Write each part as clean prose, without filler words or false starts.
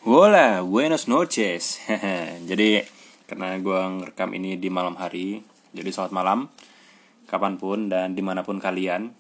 Hola, buenas noches. Jadi karena gue ngerekam ini di malam hari, jadi selamat malam kapanpun dan dimanapun kalian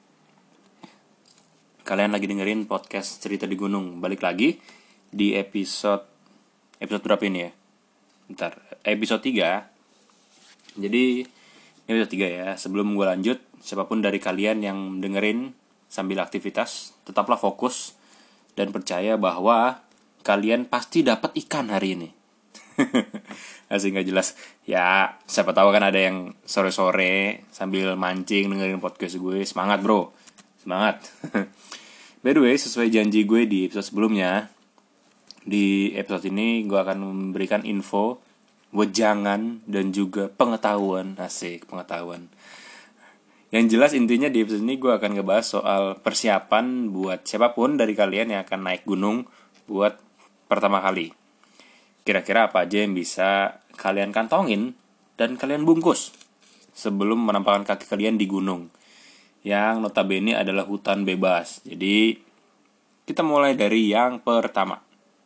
lagi dengerin podcast Cerita di Gunung. Balik lagi di episode berapa ini ya? Episode 3. Jadi ini episode 3 ya. Sebelum gue lanjut, siapapun dari kalian yang dengerin sambil aktivitas, tetaplah fokus dan percaya bahwa kalian pasti dapat ikan hari ini. Asik gak jelas. Ya, siapa tahu kan ada yang sore-sore sambil mancing dengerin podcast gue. Semangat bro, semangat. By the way, sesuai janji gue di episode sebelumnya, di episode ini gue akan memberikan info, wejangan, dan juga pengetahuan. Asik, pengetahuan. Yang jelas intinya di episode ini gue akan ngebahas soal persiapan buat siapapun dari kalian yang akan naik gunung buat pertama kali. Kira-kira apa aja yang bisa kalian kantongin dan kalian bungkus sebelum menampakkan kaki kalian di gunung yang notabene adalah hutan bebas. Jadi kita mulai dari yang pertama.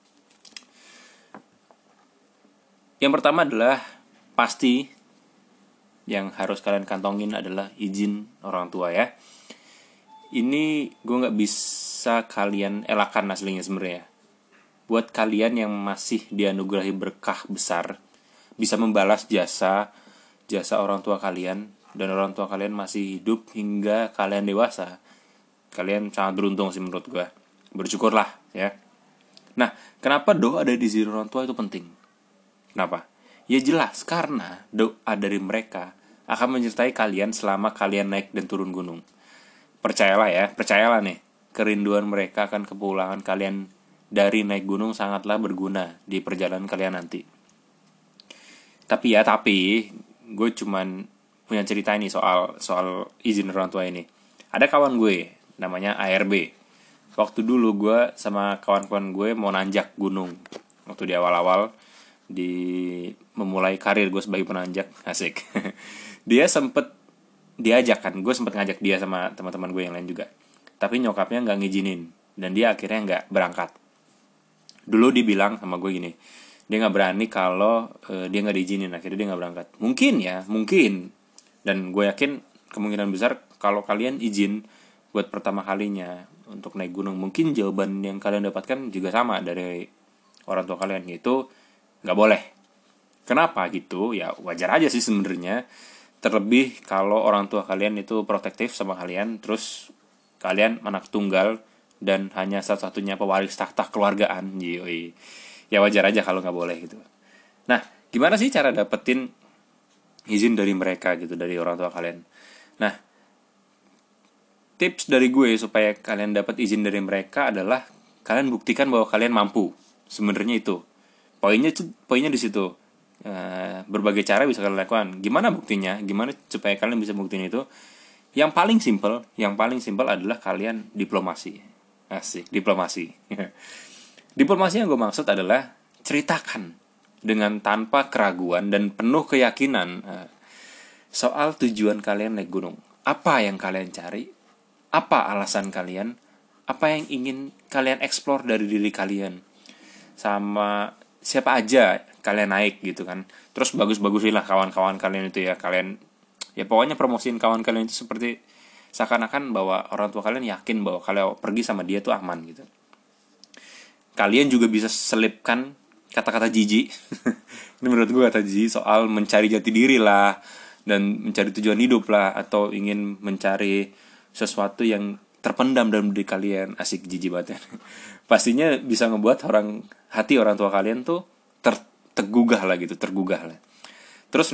Yang pertama adalah pasti yang harus kalian kantongin adalah izin orang tua ya. Ini gue gak bisa kalian elakkan aslinya sebenarnya. Buat kalian yang masih dianugerahi berkah besar, bisa membalas jasa orang tua kalian, dan orang tua kalian masih hidup hingga kalian dewasa, kalian sangat beruntung sih menurut gue. Bersyukurlah ya. Nah, kenapa doa dari diri orang tua itu penting? Kenapa? Ya jelas, karena doa dari mereka akan menyertai kalian selama kalian naik dan turun gunung. Percayalah nih, kerinduan mereka akan kepulangan kalian dari naik gunung sangatlah berguna di perjalanan kalian nanti. Tapi gue cuman punya cerita ini soal izin orang tua ini. Ada kawan gue namanya ARB. Waktu dulu gue sama kawan-kawan gue mau nanjak gunung. Waktu di awal-awal di memulai karir gue sebagai penanjak, asik. Dia sempet diajak kan, gue sempet ngajak dia sama teman-teman gue yang lain juga. Tapi nyokapnya nggak ngizinin dan dia akhirnya nggak berangkat. Dulu dibilang sama gue gini, dia nggak berani kalau dia nggak diizinin, akhirnya dia nggak berangkat. Mungkin, dan gue yakin kemungkinan besar kalau kalian izin buat pertama kalinya untuk naik gunung, mungkin jawaban yang kalian dapatkan juga sama dari orang tua kalian, yaitu nggak boleh. Kenapa gitu? Ya wajar aja sih sebenarnya. Terlebih kalau orang tua kalian itu protektif sama kalian, terus kalian anak tunggal dan hanya satu-satunya pewaris tahta keluargaan. Yoi. Ya wajar aja kalau gak boleh gitu. Nah, gimana sih cara dapetin izin dari mereka gitu, dari orang tua kalian? Nah, tips dari gue supaya kalian dapat izin dari mereka adalah kalian buktikan bahwa kalian mampu. Sebenarnya itu poinnya di situ. Berbagai cara bisa kalian lakukan. Gimana buktinya? Gimana supaya kalian bisa buktiin itu? Yang paling simpel adalah kalian diplomasi. Asik, diplomasi. Diplomasi yang gue maksud adalah ceritakan dengan tanpa keraguan dan penuh keyakinan soal tujuan kalian naik gunung. Apa yang kalian cari? Apa alasan kalian? Apa yang ingin kalian eksplor dari diri kalian? Sama siapa aja kalian naik gitu kan. Terus bagus-bagusin lah kawan-kawan kalian itu ya. Kalian ya pokoknya promosiin kawan kalian itu seperti seakan-akan bahwa orang tua kalian yakin bahwa kalau pergi sama dia tuh aman gitu. Kalian juga bisa selipkan kata-kata jijik. Ini menurut gue kata jijik soal mencari jati diri lah, dan mencari tujuan hidup lah, atau ingin mencari sesuatu yang terpendam dalam diri kalian. Asik, jijik banget ya. Pastinya bisa ngebuat hati orang tua kalian tuh tergugah lah. Terus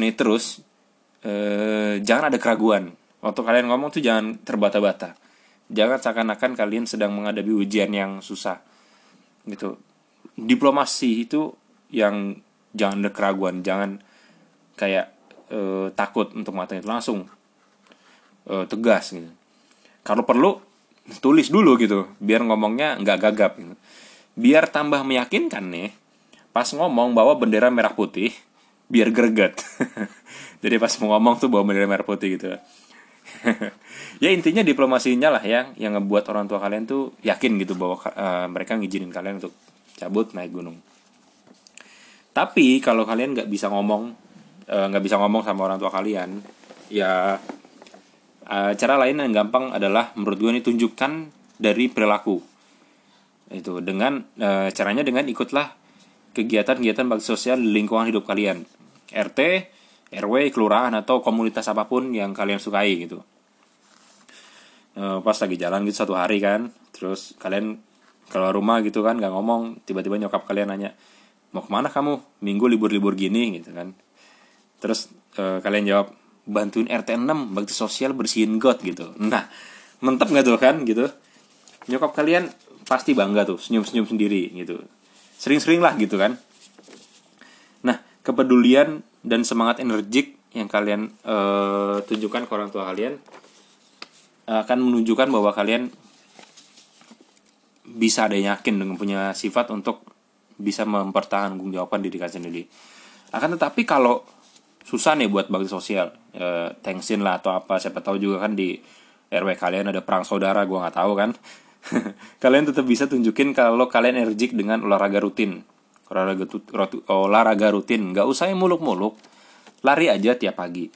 jangan ada keraguan. Waktu kalian ngomong tuh jangan terbata-bata. Jangan seakan-akan kalian sedang menghadapi ujian yang susah gitu. Diplomasi itu yang jangan ada keraguan, jangan kayak takut untuk mengatakan itu, langsung tegas gitu. Kalau perlu tulis dulu gitu, biar ngomongnya nggak gagap gitu. Biar tambah meyakinkan nih, pas ngomong bawa bendera merah putih, biar greget. Jadi pas mau ngomong tuh bawa bendera merah putih gitu. Ya intinya diplomasinya lah yang ngebuat orang tua kalian tuh yakin gitu bahwa mereka ngizinin kalian untuk cabut naik gunung. Tapi kalau kalian nggak bisa ngomong sama orang tua kalian, ya cara lain yang gampang adalah menurut gue ini tunjukkan dari perilaku. Itu dengan caranya dengan ikutlah kegiatan-kegiatan bakti sosial di lingkungan hidup kalian, RT, RW, kelurahan atau komunitas apapun yang kalian sukai gitu. Pas lagi jalan gitu satu hari kan, terus kalian keluar rumah gitu kan, nggak ngomong, tiba-tiba nyokap kalian nanya, mau kemana kamu minggu libur-libur gini gitu kan. Terus kalian jawab, bantuin RT 6 bakti sosial bersihin got gitu. Nah, mantep gak tuh kan gitu. Nyokap kalian pasti bangga tuh, senyum-senyum sendiri gitu. Sering-sering lah gitu kan. Nah, kepedulian dan semangat energik yang kalian tunjukkan ke orang tua kalian akan menunjukkan bahwa kalian bisa ada yang yakin dengan punya sifat untuk bisa mempertanggungjawabkan diri kalian sendiri. Akan tetapi kalau susah nih buat bakti sosial, thanksin lah atau apa, siapa tahu juga kan di RW kalian ada perang saudara, gue nggak tahu kan. Kalian tetap bisa tunjukin kalau kalian energik dengan olahraga rutin. Olahraga rutin, nggak usah yang muluk-muluk, lari aja tiap pagi,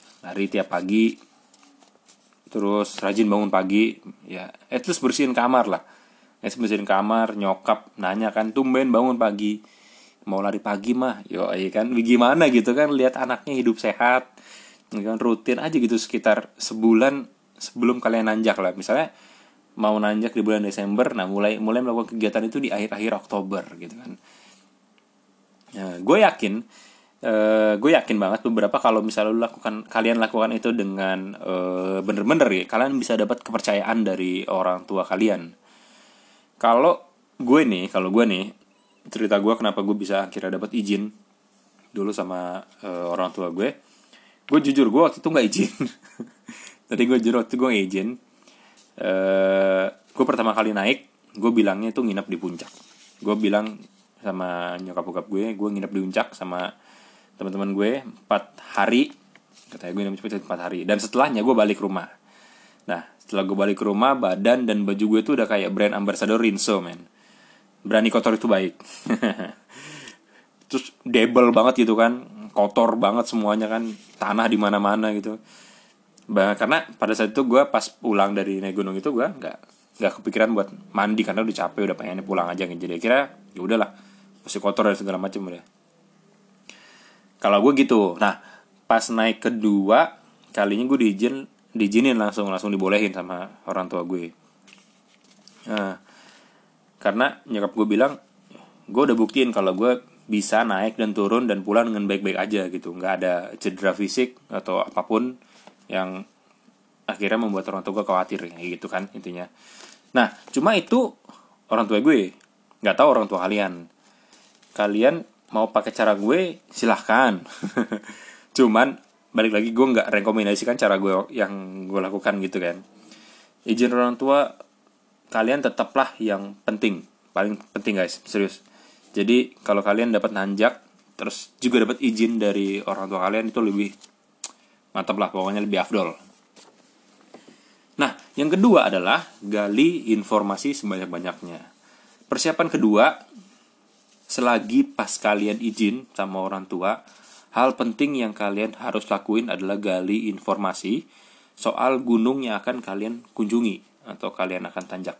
terus rajin bangun pagi, ya at least bersihin kamar lah. Nyokap nanya kan, tumben bangun pagi, mau lari pagi mah, kan gimana gitu kan, lihat anaknya hidup sehat, kan rutin aja gitu sekitar sebulan sebelum kalian nanjak lah, misalnya mau nanjak di bulan Desember, nah mulai melakukan kegiatan itu di akhir Oktober gitu kan. Nah, gue yakin banget beberapa kalau misalnya kalian lakukan itu dengan bener-bener ya, kalian bisa dapat kepercayaan dari orang tua kalian. Kalau gue nih cerita gue kenapa gue bisa akhirnya dapat izin dulu sama orang tua gue jujur gue waktu itu nggak izin. Tadi gue jujur waktu itu gue nggak izin. Gue pertama kali naik, gue bilangnya itu nginep di puncak. Gue bilang sama nyokap bokap gue nginep di puncak sama teman-teman gue 4 hari. Katanya gue nginep 4 hari. Dan setelahnya gue balik rumah. Nah, setelah gue balik ke rumah, badan dan baju gue tuh udah kayak brand ambassador Rinso, men. Berani kotor itu baik. Terus debel banget gitu kan, kotor banget semuanya kan, tanah di mana-mana gitu. Karena pada saat itu gue pas pulang dari naik gunung itu gue nggak kepikiran buat mandi karena udah capek, udah pengen pulang aja gitu. Jadi kira ya udahlah, masih kotor dan segala macam udah. Kalau gue gitu. Nah, pas naik kedua kalinya gue diizinin langsung dibolehin sama orang tua gue. Nah, karena nyokap gue bilang, gue udah buktiin kalau gue bisa naik dan turun dan pulang dengan baik-baik aja gitu, nggak ada cedera fisik atau apapun yang akhirnya membuat orang tua gue khawatir kayak gitu kan intinya. Nah, cuma itu orang tua gue, nggak tahu orang tua kalian mau pakai cara gue silahkan. Cuman balik lagi, gue nggak rekomendasikan cara gue yang gue lakukan gitu kan. Izin orang tua kalian tetaplah yang penting, paling penting guys, serius. Jadi kalau kalian dapat nanjak terus juga dapat izin dari orang tua kalian, itu lebih mantap lah, pokoknya lebih afdol. Nah, yang kedua adalah gali informasi sebanyak-banyaknya. Persiapan kedua, selagi pas kalian izin sama orang tua, hal penting yang kalian harus lakuin adalah gali informasi soal gunung yang akan kalian kunjungi atau kalian akan tanjak.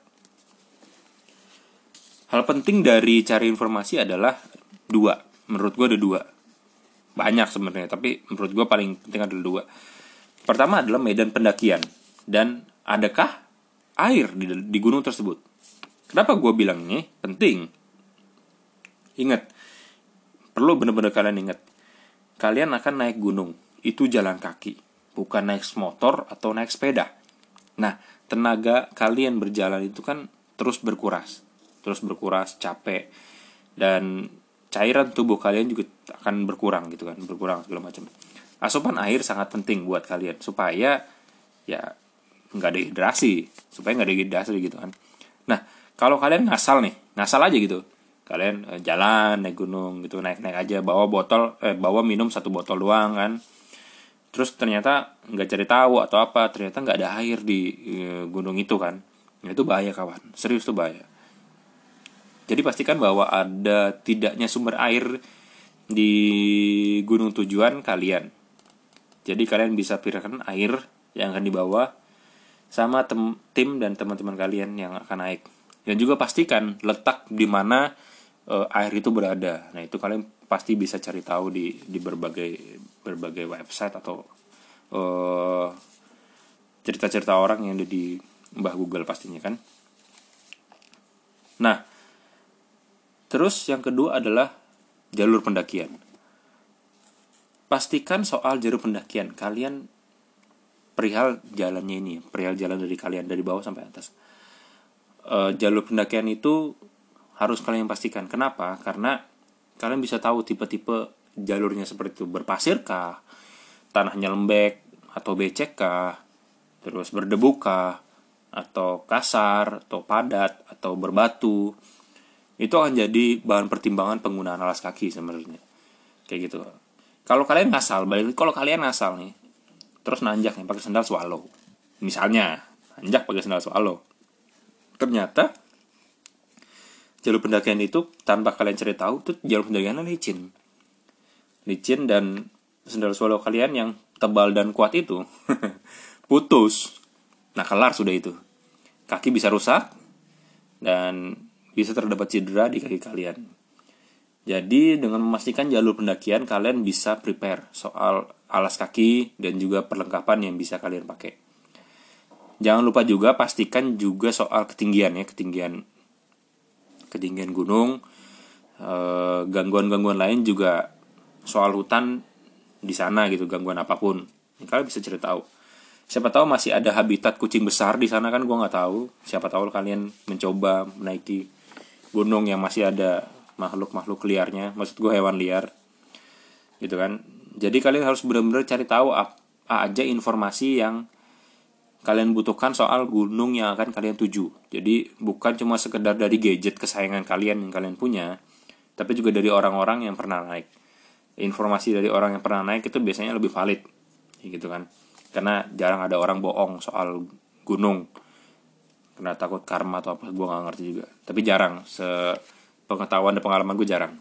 Hal penting dari cari informasi adalah 2. Menurut gue ada 2. Banyak sebenarnya, tapi menurut gue paling penting adalah 2. Pertama adalah medan pendakian dan adakah air di gunung tersebut. Kenapa gue bilang ini penting? Ingat, perlu benar-benar kalian ingat, kalian akan naik gunung, itu jalan kaki, bukan naik motor atau naik sepeda. Nah, tenaga kalian berjalan itu kan terus berkuras, capek, dan cairan tubuh kalian juga akan berkurang gitu kan, segala macam. Asupan air sangat penting buat kalian supaya ya nggak dehidrasi gitu kan. Nah, kalau kalian ngasal aja gitu, kalian jalan naik gunung gitu, naik aja bawa minum 1 botol doang kan, terus ternyata nggak cari tahu atau apa, ternyata nggak ada air di gunung itu kan, itu bahaya kawan, serius tuh bahaya. Jadi pastikan bahwa ada tidaknya sumber air di gunung tujuan kalian. Jadi kalian bisa perkirakan air yang akan dibawa sama tim dan teman-teman kalian yang akan naik. Dan juga pastikan letak di mana air itu berada. Nah, itu kalian pasti bisa cari tahu di berbagai website atau cerita-cerita orang yang ada di Mbah Google pastinya kan. Nah, terus yang kedua adalah jalur pendakian. Pastikan soal jalur pendakian kalian perihal jalannya ini, perihal jalan dari kalian dari bawah sampai atas. Jalur pendakian itu harus kalian pastikan. Kenapa? Karena kalian bisa tahu tipe-tipe jalurnya seperti itu, berpasir kah, tanahnya lembek atau becek kah, terus berdebu kah, atau kasar, atau padat, atau berbatu. Itu akan jadi bahan pertimbangan penggunaan alas kaki sebenarnya. Kayak gitu. Kalau kalian ngasal nih, terus nanjak nih pakai sandal swallow. Misalnya, nanjak pakai sandal swallow. Ternyata jalur pendakian itu tanpa kalian cari tahu tuh jalur pendakiannya licin dan sandal swallow kalian yang tebal dan kuat itu putus. Nah, kelar sudah itu. Kaki bisa rusak dan bisa terdapat cedera di kaki kalian. Jadi dengan memastikan jalur pendakian kalian bisa prepare soal alas kaki dan juga perlengkapan yang bisa kalian pakai. Jangan lupa juga pastikan juga soal ketinggian ya, ketinggian gunung, gangguan-gangguan lain juga soal hutan di sana gitu, gangguan apapun. Kalian bisa cari tahu. Siapa tahu masih ada habitat kucing besar di sana kan, gue nggak tahu. Siapa tahu kalian mencoba menaiki gunung yang masih ada makhluk-makhluk liarnya, maksud gue hewan liar, gitu kan. Jadi kalian harus benar-benar cari tahu apa aja informasi yang kalian butuhkan soal gunung yang akan kalian tuju. Jadi bukan cuma sekedar dari gadget kesayangan kalian yang kalian punya, tapi juga dari orang-orang yang pernah naik. Informasi dari orang yang pernah naik itu biasanya lebih valid, gitu kan. Karena jarang ada orang bohong soal gunung, karena takut karma atau apa, gue nggak ngerti juga. Tapi jarang, sepengetahuan dan pengalaman gue jarang.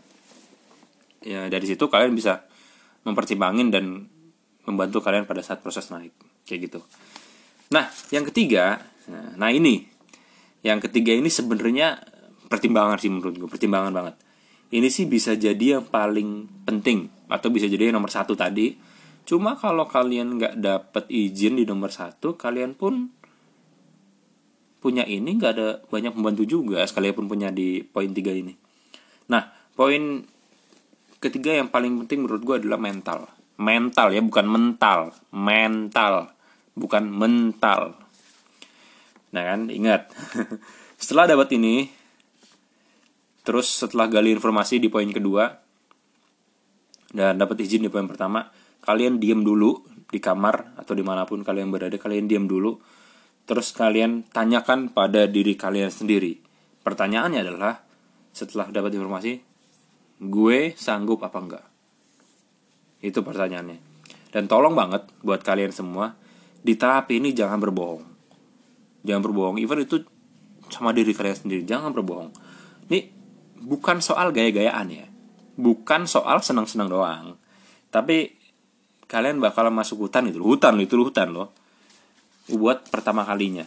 Ya dari situ kalian bisa mempertimbangin dan membantu kalian pada saat proses naik, kayak gitu. Nah, yang ketiga, yang ketiga ini sebenarnya pertimbangan sih menurut gue, pertimbangan banget. Ini sih bisa jadi yang paling penting atau bisa jadi yang nomor 1 tadi. Cuma kalau kalian nggak dapet izin di nomor 1, kalian pun punya ini nggak ada banyak membantu juga, sekalipun punya di poin 3 ini. Nah, poin ketiga yang paling penting menurut gue adalah mental. Mental ya, bukan mental. Mental, bukan mental. Nah kan, ingat. Setelah dapat ini, terus setelah gali informasi di poin kedua dan dapat izin di poin pertama, kalian diam dulu di kamar atau dimanapun kalian berada, kalian diam dulu. Terus kalian tanyakan pada diri kalian sendiri. Pertanyaannya adalah, setelah dapat informasi, gue sanggup apa enggak? Itu pertanyaannya. Dan tolong banget buat kalian semua, di tahap ini jangan berbohong. Jangan berbohong, even itu sama diri kalian sendiri. Jangan berbohong. Ini bukan soal gaya-gayaan ya, bukan soal senang-senang doang. Tapi kalian bakalan masuk hutan loh, buat pertama kalinya.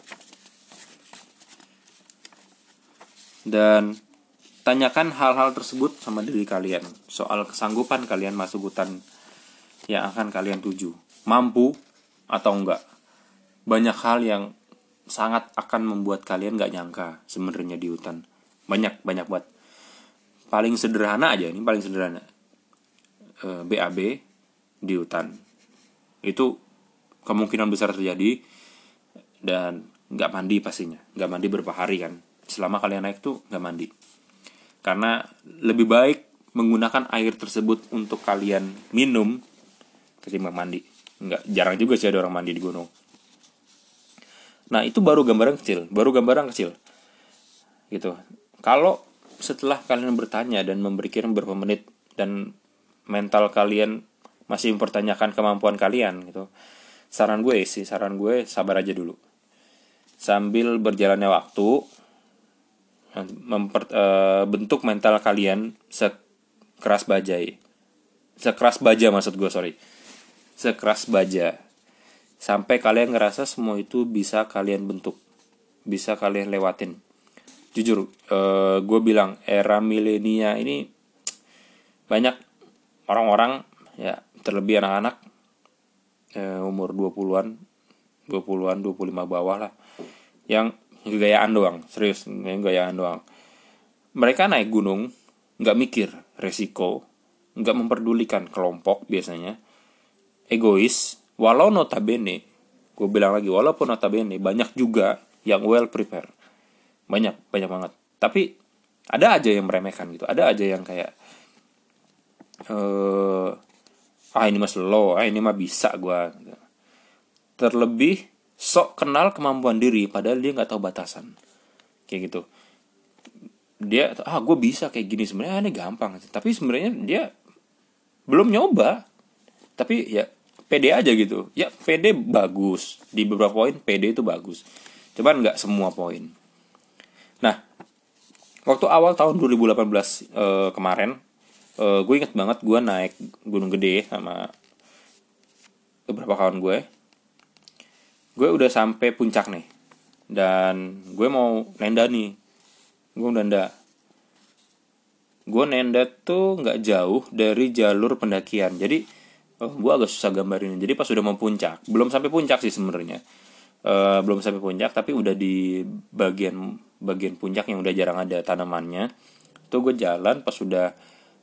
Dan tanyakan hal-hal tersebut sama diri kalian, soal kesanggupan kalian masuk hutan yang akan kalian tuju. Mampu atau enggak. Banyak hal yang sangat akan membuat kalian gak nyangka sebenarnya di hutan. Banyak buat. Paling sederhana aja, ini paling sederhana. BAB di hutan. Itu kemungkinan besar terjadi, dan gak mandi pastinya. Gak mandi berapa hari kan. Selama kalian naik tuh gak mandi. Karena lebih baik menggunakan air tersebut untuk kalian minum ketimbang mandi. Jarang juga sih ada orang mandi di gunung. Nah, itu baru gambaran kecil. Gitu. Kalau setelah kalian bertanya dan memberikan beberapa menit dan mental kalian masih mempertanyakan kemampuan kalian gitu, saran gue sabar aja dulu. Sambil berjalannya waktu, bentuk mental kalian sekeras bajai. Sekeras baja maksud gue, sorry. Sekeras baja. Sampai kalian ngerasa semua itu bisa kalian bentuk. Bisa kalian lewatin. Jujur, gue bilang era milenial ini banyak orang-orang, ya terlebih anak-anak umur 20-an, 25 bawah lah, yang gayaan doang, serius, yang gayaan doang. Mereka naik gunung, nggak mikir resiko, nggak memperdulikan kelompok biasanya, egois, walau notabene, gue bilang lagi, walaupun notabene banyak juga yang well prepared, banyak banget. Tapi ada aja yang meremehkan gitu, ada aja yang kayak ini mah slow, ini mah bisa gue. Terlebih sok kenal kemampuan diri, padahal dia nggak tahu batasan, kayak gitu. Dia gue bisa kayak gini, sebenarnya ini gampang, tapi sebenarnya dia belum nyoba. Tapi ya pede aja gitu, ya pede bagus di beberapa poin, pede itu bagus, cuman nggak semua poin. Nah, waktu awal tahun 2018 kemarin, gue inget banget gue naik Gunung Gede sama beberapa kawan gue. Gue udah sampai puncak nih, dan gue mau nenda nih. Gue nenda tuh nggak jauh dari jalur pendakian. Jadi gue agak susah gambarin. Jadi pas udah mau puncak, belum sampai puncak sih sebenarnya. Belum sampai puncak, tapi udah di bagian puncak yang udah jarang ada tanamannya. Tuh gue jalan pas udah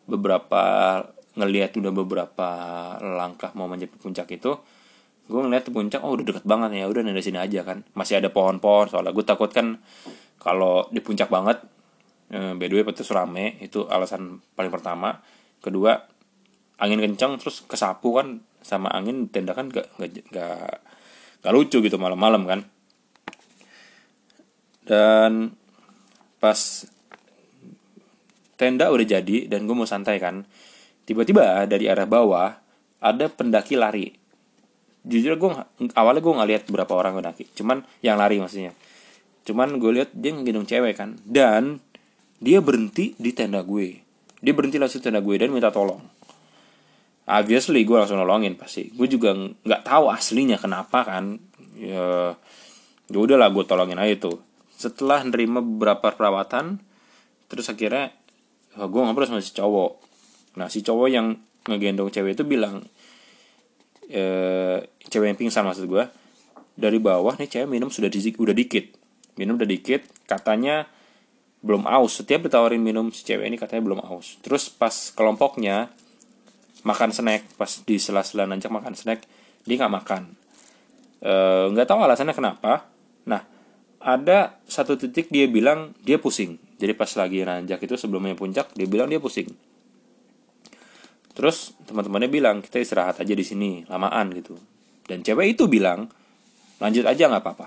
udah beberapa langkah mau mencapai puncak itu, gue ngeliat di puncak, udah deket banget ya, udah nenda sini aja kan, masih ada pohon-pohon, soalnya gue takut kan kalau di puncak banget. By the way, petis rame, itu alasan paling pertama. Kedua, angin kencang terus kesapu kan sama angin, tenda kan gak lucu gitu malam-malam kan. Dan pas tenda udah jadi dan gue mau santai kan, tiba-tiba dari arah bawah ada pendaki lari. Jujur awalnya gue nggak lihat berapa orang pendaki, cuman yang lari maksudnya. Cuman gue lihat dia ngegendong cewek kan, dan dia berhenti di tenda gue. Dia berhenti langsung di tenda gue dan minta tolong. Obviously gue langsung nolongin pasti. Gue juga nggak tahu aslinya kenapa kan. Ya udahlah, gue tolongin aja tuh. Setelah nerima beberapa perawatan, terus akhirnya gue ngobrol sama si cowok. Nah, si cowok yang ngegendong cewek itu bilang, cewek yang pingsan maksud gue, dari bawah nih cewek minum udah dikit, katanya belum aus. Setiap ditawarin minum si cewek ini katanya belum aus. Terus pas kelompoknya makan snack, pas di sela-sela nanjak makan snack, dia nggak makan. Nggak tahu alasannya kenapa. Nah, ada satu titik dia bilang dia pusing. Jadi pas lagi nanjak itu sebelumnya puncak, dia bilang dia pusing. Terus teman-temannya bilang, kita istirahat aja di sini, lamaan gitu. Dan cewek itu bilang, lanjut aja nggak apa-apa.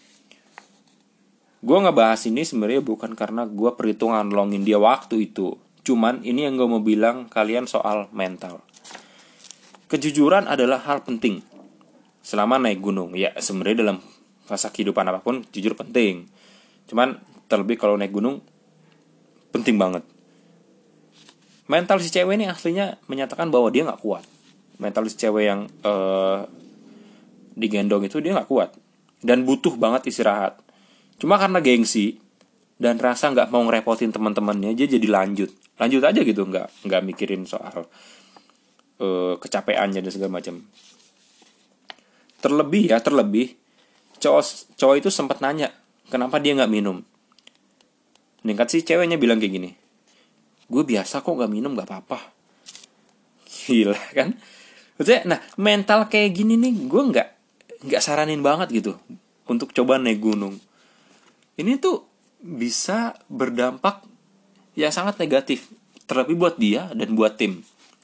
Gue ngebahas ini sebenarnya bukan karena gue perhitungan nolongin dia waktu itu. Cuman ini yang gue mau bilang kalian soal mental. Kejujuran adalah hal penting selama naik gunung. Ya sebenarnya dalam fase kehidupan apapun jujur penting. Cuman terlebih kalau naik gunung penting banget. Mental si cewek ini aslinya menyatakan bahwa dia gak kuat. Mental si cewek yang digendong itu dia gak kuat dan butuh banget istirahat. Cuma karena gengsi dan rasa gak mau ngerepotin teman-temannya, dia jadi lanjut aja gitu, gak mikirin soal kecapeannya dan segala macam. Terlebih cowok itu sempat nanya kenapa dia gak minum. Ningkat si ceweknya bilang kayak gini, gue biasa kok gak minum, gak apa-apa. Gila kan. Maksudnya, nah mental kayak gini nih gue gak saranin banget gitu untuk coba naik gunung. Ini tuh bisa berdampak yang sangat negatif, terlebih buat dia dan buat tim.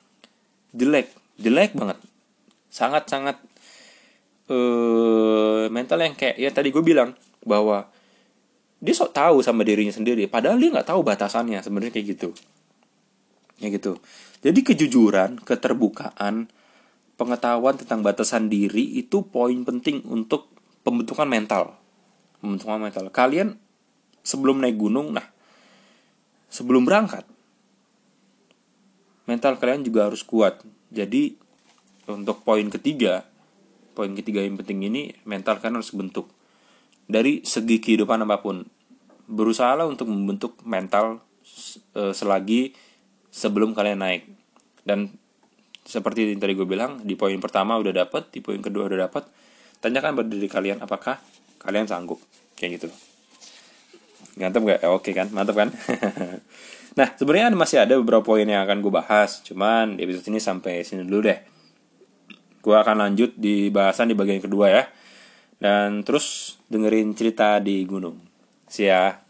Jelek banget. Sangat-sangat mental yang kayak ya tadi gue bilang, bahwa dia sok tahu sama dirinya sendiri, padahal dia nggak tahu batasannya sebenarnya, kayak gitu. Ya gitu. Jadi kejujuran, keterbukaan, pengetahuan tentang batasan diri itu poin penting untuk pembentukan mental. Kalian sebelum naik gunung, nah sebelum berangkat, mental kalian juga harus kuat. Jadi untuk poin ketiga yang penting ini, mental kalian harus bentuk dari segi kehidupan apapun. Berusahalah untuk membentuk mental selagi sebelum kalian naik. Dan seperti yang tadi gue bilang, di poin pertama udah dapat, di poin kedua udah dapat, tanyakan pada diri kalian apakah kalian sanggup, kayak gitu. Mantap gak? Oke kan, mantap kan? Nah, sebenarnya masih ada beberapa poin yang akan gue bahas, cuman di episode ini sampai sini dulu deh. Gue akan lanjut di bahasan di bagian kedua ya. Dan terus dengerin cerita di gunung. See ya.